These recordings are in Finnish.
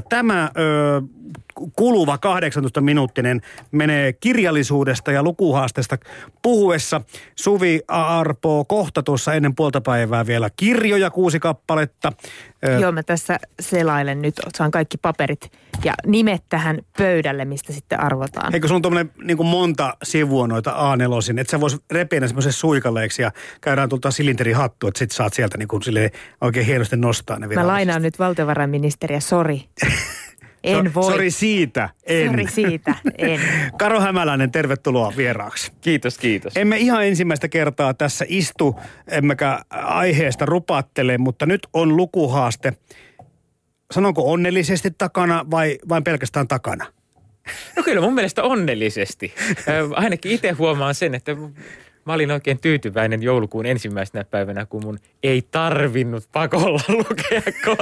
tämä kuluva 18-minuuttinen menee kirjallisuudesta ja lukuhaasteesta puhuessa. Suvi arpoo kohta tuossa ennen puolta päivää vielä kirjoja 6 kappaletta. Joo, mä tässä selailen nyt, saan kaikki paperit ja nimet tähän pöydälle, mistä sitten arvotaan. Eikö sun on tommonen niin kuin monta sivua noita A4, että sä vois repiä ne semmoisen suikaleiksi ja käydään tulta silinterihattu, että sit saat sieltä niin kuin silleen oikein hienosti nostaa ne virallisesti. Mä lainaan nyt valtiovarainministeriä, sori. En voi. Sori siitä, en. Sori siitä, en. Karo Hämäläinen, tervetuloa vieraaksi. Kiitos, kiitos. Emme ihan ensimmäistä kertaa tässä istu, emmekä aiheesta rupattele, mutta nyt on lukuhaaste. Sanonko onnellisesti takana vai vain pelkästään takana? No kyllä mun mielestä onnellisesti. Ainakin itse huomaan sen, että mä olin oikein tyytyväinen joulukuun ensimmäisenä päivänä, kun mun ei tarvinnut pakolla lukea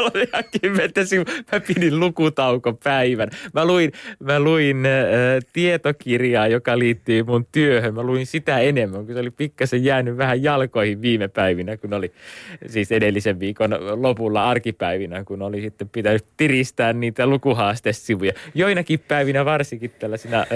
30 sivua. Mä pidin lukutaukopäivän. Mä luin tietokirjaa, joka liittyy mun työhön. Mä luin sitä enemmän, kun se oli pikkasen jäänyt vähän jalkoihin viime päivinä, kun oli siis edellisen viikon lopulla arkipäivinä, kun oli sitten pitänyt tiristää niitä lukuhaastesivuja. Joinakin päivinä varsinkin tällaisina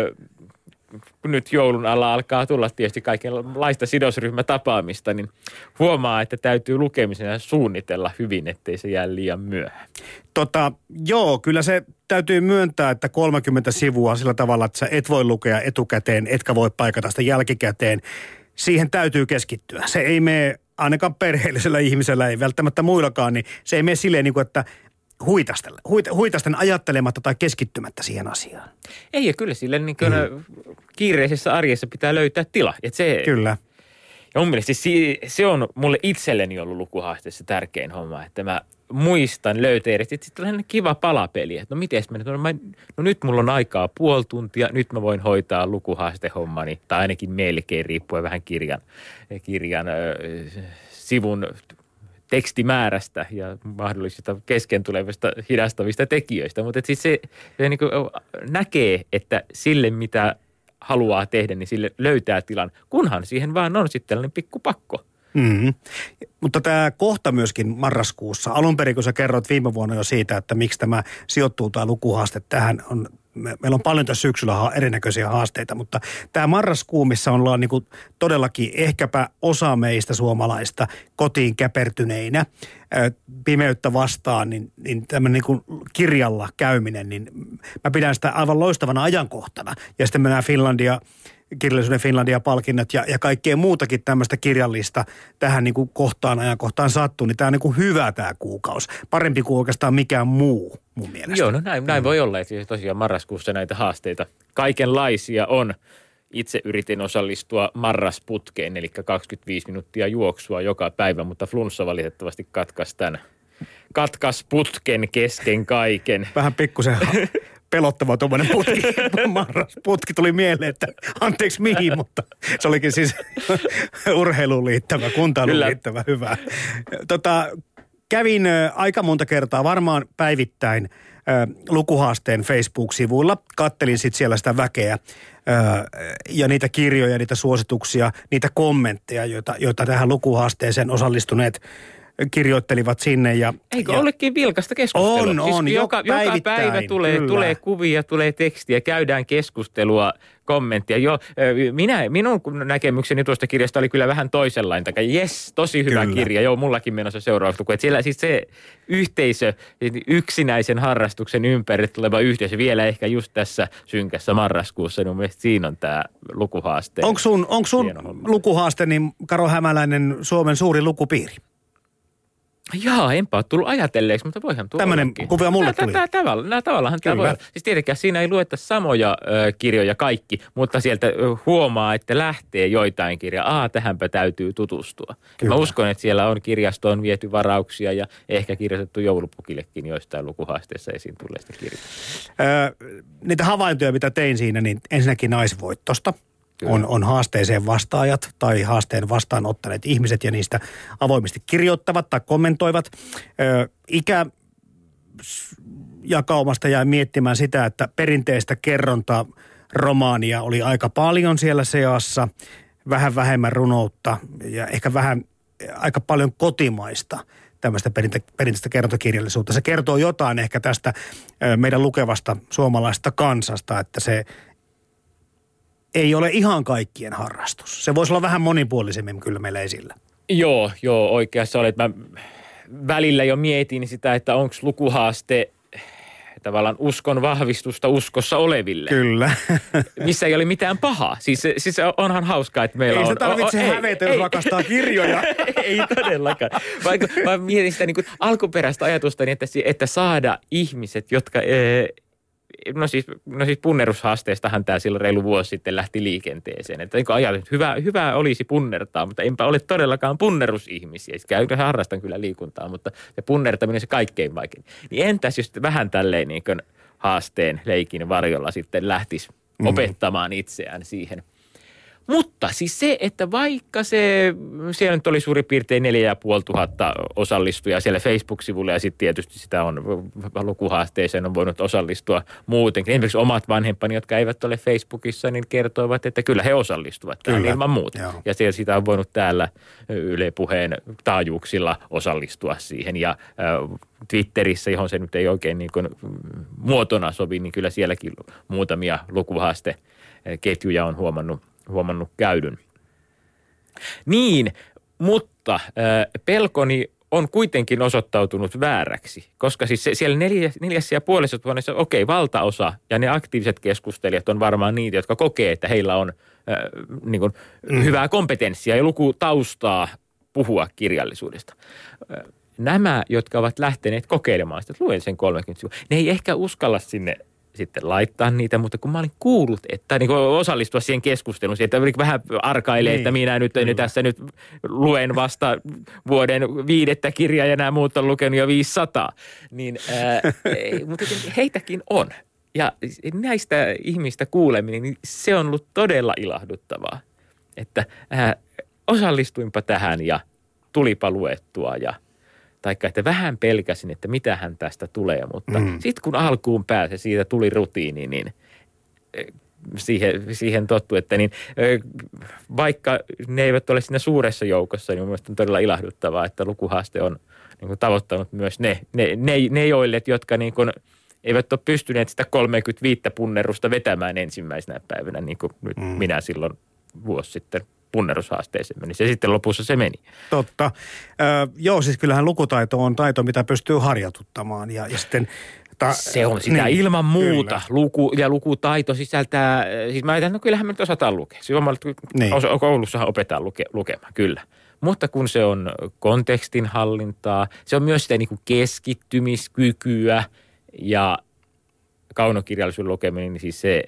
kun nyt joulun alla alkaa tulla tietysti kaikenlaista sidosryhmätapaamista, niin huomaa, että täytyy lukemisen suunnitella hyvin, ettei se jää liian myöhään. Joo, kyllä se täytyy myöntää, että 30 sivua sillä tavalla, että sä et voi lukea etukäteen, etkä voi paikata sitä jälkikäteen. Siihen täytyy keskittyä. Se ei mene, ainakaan perheellisellä ihmisellä, ei välttämättä muillakaan, niin se ei mene silleen niin kuin, että huitasten ajattelematta tai keskittymättä siihen asiaan. Ei, ja kyllä sille niin kuin kiireisessä arjessa pitää löytää tila. Kyllä. Ja mun mielestä se on mulle itselleni ollut lukuhaasteessa tärkein homma, että mä muistan löyteeristä. Sitten on kiva palapeli, että no mites mä nyt mulla on aikaa puoli tuntia, nyt mä voin hoitaa lukuhaastehommani, tai ainakin melkein riippuen vähän kirjan sivun tekstimäärästä ja mahdollisista kesken tulevista hidastavista tekijöistä. Mutta siis se niin kuin näkee, että sille mitä haluaa tehdä, niin sille löytää tilan, kunhan siihen vaan on sitten tällainen pikkupakko. Mm-hmm. Mutta tämä kohta myöskin marraskuussa. Alun perin, kun sä kerroit viime vuonna jo siitä, että miksi tämä sijoittuu tämä lukuhaaste tähän on. Meillä on paljon tässä syksyllä erinäköisiä haasteita, mutta tämä marraskuu, missä ollaan niin kuin todellakin ehkäpä osa meistä suomalaista kotiin käpertyneinä pimeyttä vastaan, niin tämmöinen niin kuin kirjalla käyminen, niin mä pidän sitä aivan loistavana ajankohtana. Ja sitten mennään Kirjallisuuden Finlandia-palkinnot ja kaikkea muutakin tämmöistä kirjallista tähän niin kuin ajankohtaan sattuu, niin tämä on niin kuin hyvä tämä kuukausi. Parempi kuin oikeastaan mikään muu mun mielestä. Joo, no näin voi olla. Että tosiaan marraskuussa näitä haasteita kaikenlaisia on. Itse yritin osallistua marrasputkeen, eli 25 minuuttia juoksua joka päivä, mutta flunssa valitettavasti katkas putken kesken kaiken. Vähän pikkusen pelottava tuommoinen marrasputki tuli mieleen, että anteeksi mihin, mutta se olikin siis urheiluun liittävä, kuntailuun liittävä, hyvä. Kävin aika monta kertaa, varmaan päivittäin lukuhaasteen Facebook-sivuilla. Kattelin sitten siellä sitä väkeä ja niitä kirjoja, niitä suosituksia, niitä kommentteja, joita tähän lukuhaasteeseen osallistuneet kirjoittelivat sinne. Eikö olekin vilkasta keskustelua? On. Siis joka päivä tulee kuvia, tulee tekstiä, käydään keskustelua, kommenttia. Joo, minun näkemykseni tuosta kirjasta oli kyllä vähän toisenlainen. Jes, tosi hyvä kirja. Joo, mullakin menossa seuraavaksi luku. Siellä siis se yhteisö, yksinäisen harrastuksen ympärille tuleva yhteisö vielä ehkä just tässä synkässä marraskuussa. Niin mun mielestä siinä on tämä lukuhaaste. Onko sun lukuhaaste, niin Karo Hämäläinen, Suomen suuri lukupiiri? Jaa, enpä ole tullut ajatelleeksi, mutta voihan tulla. Tämmöinen kuvia mulle tuli. Tavallahan tämä voi olla. Siis tietenkään siinä ei lueta samoja kirjoja kaikki, mutta sieltä huomaa, että lähtee joitain kirjaa. Tähänpä täytyy tutustua. Mä uskon, että siellä on kirjastoon viety varauksia ja ehkä kirjoitettu joulupukillekin joistain lukuhaasteessa esiin tulleista kirjoista. Niitä havaintoja, mitä tein siinä, niin ensinnäkin naisvoittosta. On haasteeseen vastaajat tai haasteen vastaanottaneet ihmiset ja niistä avoimesti kirjoittavat tai kommentoivat. Ikäjakaumasta jäi miettimään sitä, että perinteistä kerrontaromaania oli aika paljon siellä seassa, vähän vähemmän runoutta ja ehkä aika paljon kotimaista tämmöistä perinteistä kerrontakirjallisuutta. Se kertoo jotain ehkä tästä meidän lukevasta suomalaisesta kansasta, että se ei ole ihan kaikkien harrastus. Se voisi olla vähän monipuolisemmin kyllä meillä esillä. Joo, oikeassa olet. Mä välillä jo mietin sitä, että onko lukuhaaste tavallaan uskon vahvistusta uskossa oleville. Kyllä. Missä ei ole mitään pahaa. Siis onhan hauskaa, että meillä ei on... Ei sitä tarvitse hävetä, jos rakastaa kirjoja. Ei todellakaan. Vaikka mä mietin sitä niin kuin alkuperäistä ajatusta, niin että saada ihmiset, jotka... No siis punnerushaasteestahan tämä silloin reilu vuosi sitten lähti liikenteeseen. Että niin ajatus, että hyvä olisi punnertaa, mutta enpä ole todellakaan punnerusihmisiä. Harrastan kyllä liikuntaa, mutta se punnertaminen on se kaikkein vaikein. Niin entäs jos vähän tälleen niin kuin haasteen leikin varjolla sitten lähtisi opettamaan itseään siihen. Mutta siis se, että vaikka siellä nyt oli suurin piirtein 4500 osallistujaa siellä Facebook-sivulla ja sitten tietysti sitä on lukuhaasteeseen on voinut osallistua muutenkin. Esimerkiksi omat vanhempani, jotka eivät ole Facebookissa, niin kertoivat, että kyllä he osallistuvat tähän ilman muuta. Joo. Ja sitä on voinut täällä Yle Puheen taajuuksilla osallistua siihen ja Twitterissä, johon se nyt ei oikein niin kuin muotona sovi, niin kyllä sielläkin muutamia lukuhaasteketjuja on huomannut käydyn. Niin, mutta pelkoni on kuitenkin osoittautunut vääräksi, koska siis siellä 4,5 valtaosa ja ne aktiiviset keskustelijat on varmaan niitä, jotka kokee, että heillä on niin kuin hyvää kompetenssia ja lukutaustaa puhua kirjallisuudesta. Nämä, jotka ovat lähteneet kokeilemaan sitä, että luen sen 30 sivua, ne ei ehkä uskalla sinne sitten laittaa niitä, mutta kun mä olin kuullut, että niin osallistua siihen keskusteluun, että vähän arkailee, niin, että minä nyt tässä nyt luen vasta vuoden 5. kirjaa ja nämä muut on lukenut jo 500, niin mutta heitäkin on. Ja näistä ihmistä kuuleminen, niin se on ollut todella ilahduttavaa, että osallistuinpa tähän ja tulipa luettua ja taikka että vähän pelkäsin, että mitähän tästä tulee, mutta sitten kun alkuun pääsi, siitä tuli rutiini, niin siihen tottu, että niin, vaikka ne eivät ole siinä suuressa joukossa, niin mielestäni on todella ilahduttavaa, että lukuhaaste on niin kuin tavoittanut myös ne joille, jotka niin kuin eivät ole pystyneet sitä 35 punnerusta vetämään ensimmäisenä päivänä, niin kuin nyt minä silloin vuosi sitten punnerushaasteeseen meni. Se sitten lopussa se meni. Totta. Joo, siis kyllähän lukutaito on taito, mitä pystyy harjoituttamaan ja sitten... Se on sitä niin, ilman muuta. Luku ja lukutaito sisältää, siis mä ajattelen, no kyllähän me nyt osataan lukea. Niin. Koulussahan opetaan lukemaan, kyllä. Mutta kun se on kontekstin hallintaa, se on myös sitä niin kuin keskittymiskykyä ja kaunokirjallisuuden lukeminen, niin siis se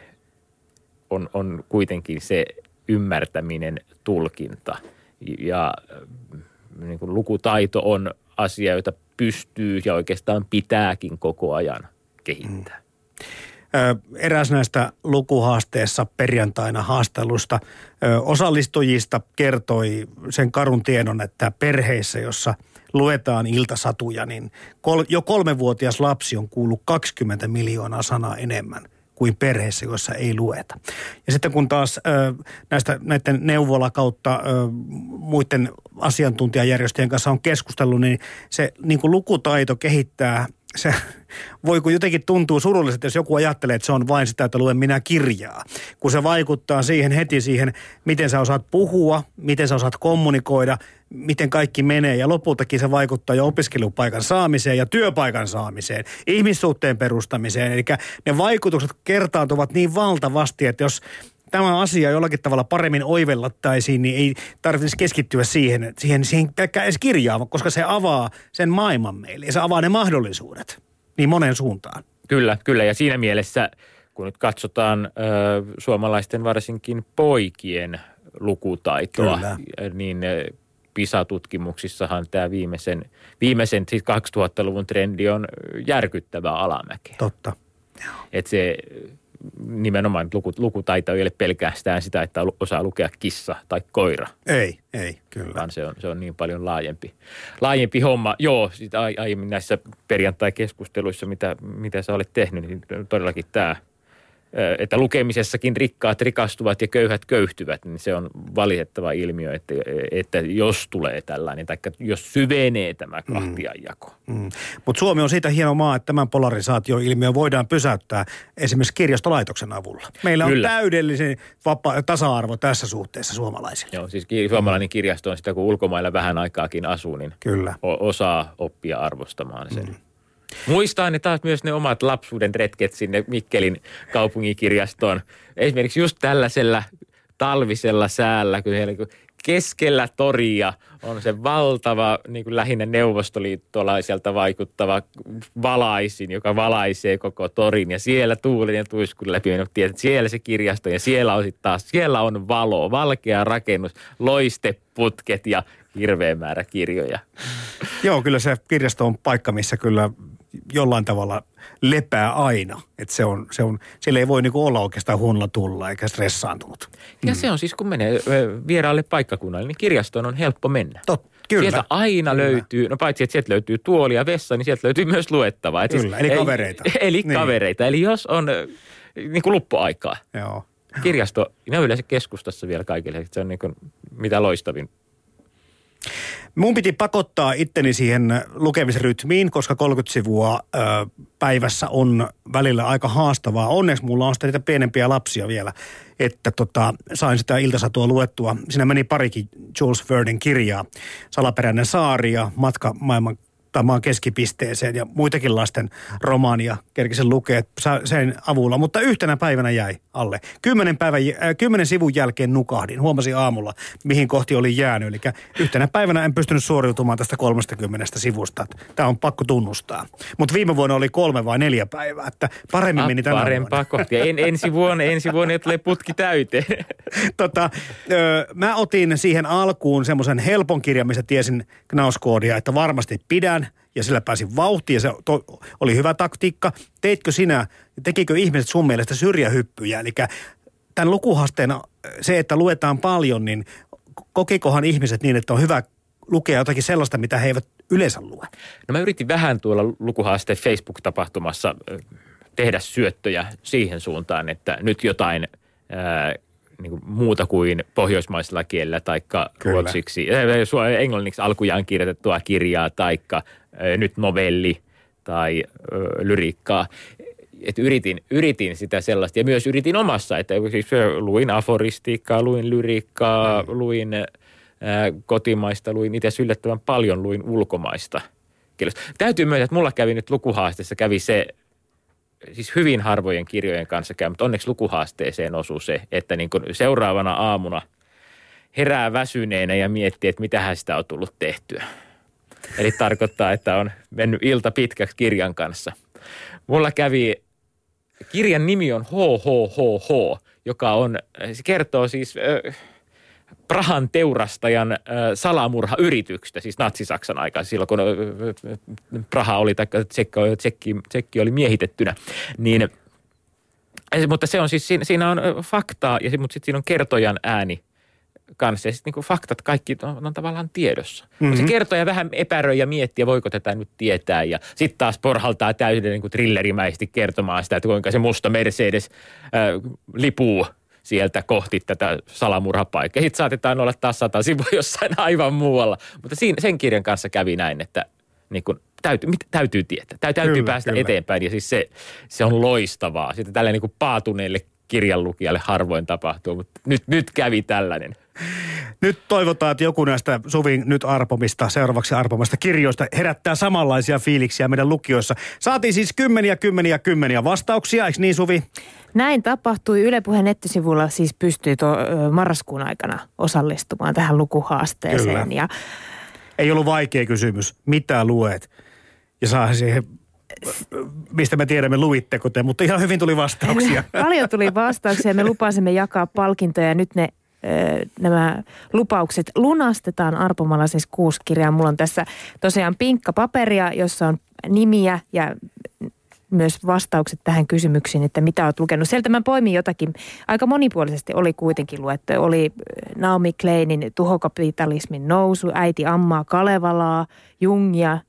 on kuitenkin se ymmärtäminen, tulkinta ja niin kuin lukutaito on asia, jota pystyy ja oikeastaan pitääkin koko ajan kehittää. Eräs näistä lukuhaasteessa perjantaina haastelusta osallistujista kertoi sen karun tiedon, että perheissä, jossa luetaan iltasatuja, niin jo 3-vuotias lapsi on kuullut 20 miljoonaa sanaa enemmän kuin perheessä, joissa ei lueta. Ja sitten kun taas näiden neuvola kautta muiden asiantuntijajärjestöjen kanssa on keskustellut, niin se niin kuin lukutaito kehittää, se voi kun jotenkin tuntuu surulliselta, jos joku ajattelee, että se on vain sitä, että luen minä kirjaa. Kun se vaikuttaa heti siihen, miten sä osaat puhua, miten sä osaat kommunikoida, miten kaikki menee. Ja lopultakin se vaikuttaa jo opiskelupaikan saamiseen ja työpaikan saamiseen, ihmissuhteen perustamiseen. Eli ne vaikutukset kertaantuvat niin valtavasti, että jos tämä asia jollakin tavalla paremmin oivellattaisiin, niin ei tarvitsisi keskittyä siihen pelkkään edes kirjaan, koska se avaa sen maailman meille ja se avaa ne mahdollisuudet niin monen suuntaan. Kyllä. Ja siinä mielessä, kun nyt katsotaan suomalaisten varsinkin poikien lukutaitoa, niin PISA-tutkimuksissahan tämä viimeisen siis 2000-luvun trendi on järkyttävää alamäkeä. Totta. Että se nimenomaan lukutaito ei ole pelkästään sitä, että osaa lukea kissa tai koira. Ei, kyllä. Vaan se on niin paljon laajempi homma. Joo, sitä aiemmin näissä perjantai-keskusteluissa, mitä sä olet tehnyt, niin todellakin tämä että lukemisessakin rikkaat rikastuvat ja köyhät köyhtyvät, niin se on valitettava ilmiö, että jos tulee tällainen, tai jos syvenee tämä kahtiajako. Mutta Suomi on siitä hieno maa, että tämän polarisaatioilmiö voidaan pysäyttää esimerkiksi kirjastolaitoksen avulla. Meillä on täydellisen tasa-arvo tässä suhteessa suomalaisille. Joo, siis suomalainen kirjasto on sitä, kun ulkomailla vähän aikaakin asuu, niin kyllä. Osaa oppia arvostamaan sen. Muistan ne taas myös ne omat lapsuuden retket sinne Mikkelin kaupunginkirjastoon. Esimerkiksi just tällaisella talvisella säällä, kun keskellä toria on se valtava, niin kuin lähinnä neuvostoliittolaiselta vaikuttava valaisin, joka valaisee koko torin. Ja siellä tuulen ja tuiskun läpi minut tiedät, että siellä se kirjasto ja siellä on sitten taas, siellä on valo, valkea rakennus, loisteputket ja hirveä määrä kirjoja. Joo, kyllä se kirjasto on paikka, missä kyllä jollain tavalla lepää aina. Että siellä ei voi niinku olla oikeastaan huonolla tulla eikä stressaantunut. Ja se on siis, kun menee vieraalle paikkakunnalle, niin kirjastoon on helppo mennä. Kyllä. Sieltä aina löytyy, no paitsi että sieltä löytyy tuoli ja vessa, niin sieltä löytyy myös luettavaa. Kyllä, eli kavereita. Eli kavereita. Eli jos on niin kuin luppuaikaa. Joo. Kirjasto, ne on yleensä keskustassa vielä kaikille. Se on niin kuin mitä loistavin. Mun piti pakottaa itteni siihen lukemisrytmiin, koska 30 sivua päivässä on välillä aika haastavaa. Onneksi mulla on niitä pienempiä lapsia vielä, että sain sitä iltasatua luettua. Siinä meni parikin Jules Vernein kirjaa. Salaperäinen saari ja Matka maan keskipisteeseen ja muitakin lasten romaania kerkisin lukea sen avulla. Mutta yhtenä päivänä jäi alle. 10 sivun jälkeen nukahdin. Huomasin aamulla, mihin kohti oli jäänyt. Eli yhtenä päivänä en pystynyt suoriutumaan tästä 30 sivusta. Tämä on pakko tunnustaa. Mutta viime vuonna oli 3 vai 4 päivää. Että paremmin meni tänä parempaa kohtia. Ensi vuonna tulee putki täyteen. Mä otin siihen alkuun semmoisen helpon kirjan, missä tiesin knauskoodia, että varmasti pidän. Ja sillä pääsin vauhtiin ja se oli hyvä taktiikka. Tekikö ihmiset sun mielestä syrjähyppyjä? Eli tämän lukuhaasteena se, että luetaan paljon, niin kokikohan ihmiset niin, että on hyvä lukea jotakin sellaista, mitä he eivät yleensä lue? No mä yritin vähän tuolla lukuhaasteen Facebook-tapahtumassa tehdä syöttöjä siihen suuntaan, että nyt jotain niin kuin muuta kuin pohjoismaisella kielellä taikka ruotsiksi, englanniksi alkujaan kirjoitettua kirjaa taikka nyt novelli tai lyriikkaa. Että yritin sitä sellaista ja myös yritin omassa, että siis luin aforistiikkaa, luin lyriikkaa, luin kotimaista, luin itse yllättävän paljon, luin ulkomaista kielestä. Täytyy myöntää, että mulla kävi nyt lukuhaasteessa se siis hyvin harvojen kirjojen kanssa käy, mutta onneksi lukuhaasteeseen osui se, että niin kuin seuraavana aamuna herää väsyneenä ja miettii, että mitähän sitä on tullut tehtyä. Eli tarkoittaa, että on mennyt ilta pitkäksi kirjan kanssa. Mulla kirjan nimi on HHHH, joka se kertoo siis Prahan teurastajan salamurhayrityksestä, siis natsi-Saksan aikaan, silloin kun Praha oli, tai Tsekki oli miehitettynä. Niin, mutta se on siis, siinä on faktaa, mutta sitten siinä on kertojan ääni kanssa. Ja sitten niin faktat kaikki on tavallaan tiedossa. Mm-hmm. Se kertoja vähän epäröi ja miettii, voiko tätä nyt tietää. Ja sitten taas porhaltaa täysin niin kuin thrillerimäisesti kertomaan sitä, että kuinka se musta Mercedes lipuu sieltä kohti tätä salamurhapaikkaa. Sitten saatetaan olla taas 100 sivua jossain aivan muualla. Mutta sen kirjan kanssa kävi näin, että niin kuin täytyy tietää. Täytyy päästä eteenpäin ja siis se on loistavaa. Sitten tällä niin kuin paatuneelle kirjanlukijalle harvoin tapahtuu, mutta nyt kävi tällainen. Nyt toivotaan, että joku näistä Suvin nyt seuraavaksi arpomasta kirjoista herättää samanlaisia fiiliksiä meidän lukijoissa. Saatiin siis kymmeniä vastauksia, eikö niin Suvi? Näin tapahtui. Yle Puheen nettisivulla siis pystyi marraskuun aikana osallistumaan tähän lukuhaasteeseen. Kyllä. Ei ollut vaikea kysymys. Mitä luet? Ja saa siihen, mistä me tiedämme, luitteko te, mutta ihan hyvin tuli vastauksia. Paljon tuli vastauksia. Me lupasimme jakaa palkintoja ja nyt nämä lupaukset lunastetaan arpomalla siis 6 kirjaa. Mulla on tässä tosiaan pinkka paperia, jossa on nimiä ja myös vastaukset tähän kysymyksiin, että mitä olet lukenut. Sieltä mä poimin jotakin. Aika monipuolisesti oli kuitenkin luettu. Oli Naomi Kleinin Tuhokapitalismin nousu, Äiti Ammaa Kalevalaa, Jungia,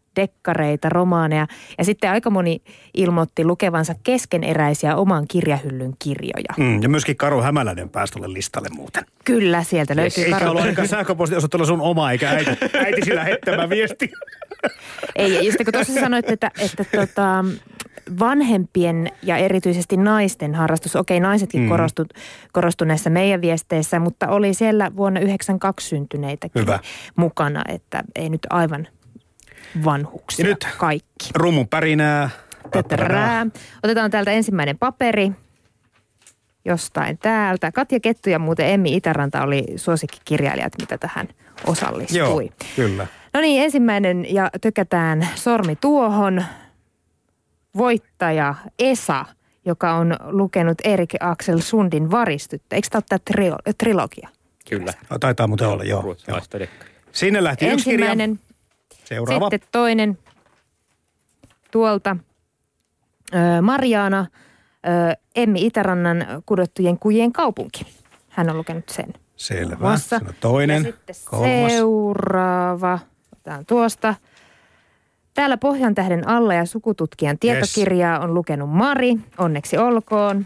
dekkareita, romaaneja. Ja sitten aika moni ilmoitti lukevansa keskeneräisiä oman kirjahyllyn kirjoja. Ja myöskin Karo Hämäläinen pääsi tuolle listalle muuten. Kyllä, sieltä löytyy Eikä ollut ainakaan sähköpostiosoitteella sun oma, eikä äiti sillä heittämä viesti. Ei, just kun tuossa sanoit, että vanhempien ja erityisesti naisten harrastus, okei, naisetkin korostui näissä meidän viesteissä, mutta oli siellä vuonna 1992 syntyneitäkin mukana, että ei nyt aivan vanhuksia nyt kaikki. Rummun pärinää. Otetaan täältä ensimmäinen paperi jostain täältä. Katja Kettu ja muuten Emmi Itäranta oli suosikkikirjailijat, mitä tähän osallistui. Joo, kyllä. No niin, ensimmäinen ja tökätään sormi tuohon. Voittaja Esa, joka on lukenut Erik Axel Sundin Varistyttä. Eikö tämä ole tämä trilogia? Kyllä. Taitaa muuten olla, joo. Sinne lähti ensimmäinen, yksi kirja. Seuraava. Sitten toinen tuolta. Mariana, Emmi Itärannan Kudottujen kujien kaupunki. Hän on lukenut sen. Selvä. Toinen, ja sitten kolmas. Seuraava. Otetaan tuosta. Täällä Pohjantähden alla ja sukututkijan tietokirjaa on lukenut Mari. Onneksi olkoon.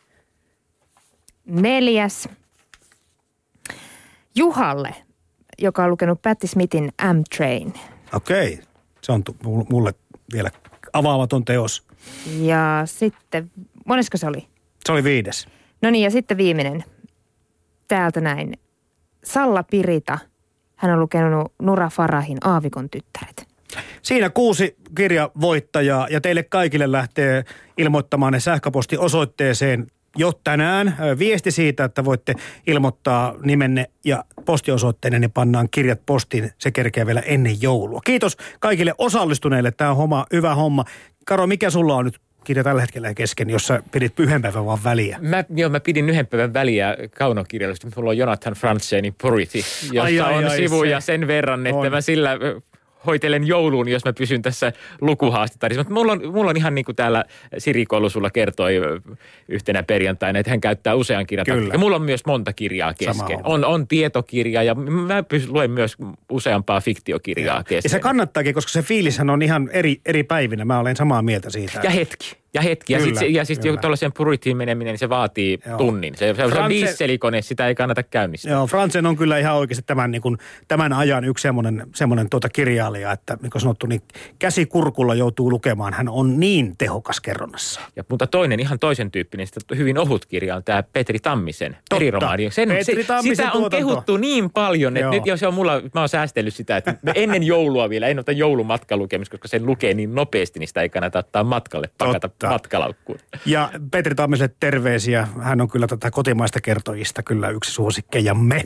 4. Juhalle, joka on lukenut Patti Smithin M-Train. Okei. Se on mulle vielä avaamaton teos. Ja sitten, monesko se oli? Se oli 5. No niin, ja sitten viimeinen. Täältä näin. Salla Pirita. Hän on lukenut Nura Farahin Aavikon tyttäret. Siinä 6 kirjavoittajaa ja teille kaikille lähtee ilmoittamaan ne sähköpostiosoitteeseen jo tänään. Viesti siitä, että voitte ilmoittaa nimenne ja postiosoitteenne, niin pannaan kirjat postiin. Se kerkeää vielä ennen joulua. Kiitos kaikille osallistuneille. Tämä on hyvä homma. Karo, mikä sulla on nyt kirja tällä hetkellä kesken, jos sä pidit 1 päivän vaan väliä? Mä pidin 1 päivän väliä kaunokirjallisesti. Mulla on Jonathan Franzenin Purity, jossa on sivuja sen verran, että mä sillä hoitelen jouluun, jos mä pysyn tässä lukuhaastetarissa. Mutta mulla on ihan niin kuin täällä Siri Kollu sulla kertoi yhtenä perjantaina, että hän käyttää usean kirjan taktiikkaa. Mulla on myös monta kirjaa kesken. On tietokirja ja mä luen myös useampaa fiktiokirjaa kesken. Ja se kannattaakin, koska se fiilishän on ihan eri päivinä. Mä olen samaa mieltä siitä. Ja hetki. Ja sitten tuollaiseen Puritiin meneminen, niin se vaatii tunnin. Se on dieselikone, sitä ei kannata käynnistää. Joo, Franzen on kyllä ihan oikeasti tämän ajan yksi semmoinen kirjailija, että niin kuin sanottu, niin käsikurkulla joutuu lukemaan. Hän on niin tehokas kerronnassa. Mutta ihan toisen tyyppinen, hyvin ohut kirja on tämä Petri Tammisen meriromaani. Sitä on kehuttu niin paljon, että nyt jos mä oon säästellyt sitä, että ennen joulua vielä, en ota joulumatkalukemista, koska sen lukee niin nopeasti, niin sitä ei kannata ottaa matkalle, pakata matkalaukkuun. Ja Petri Tammiselle terveisiä. Hän on kyllä tätä kotimaista kertojista kyllä yksi suosikkejamme.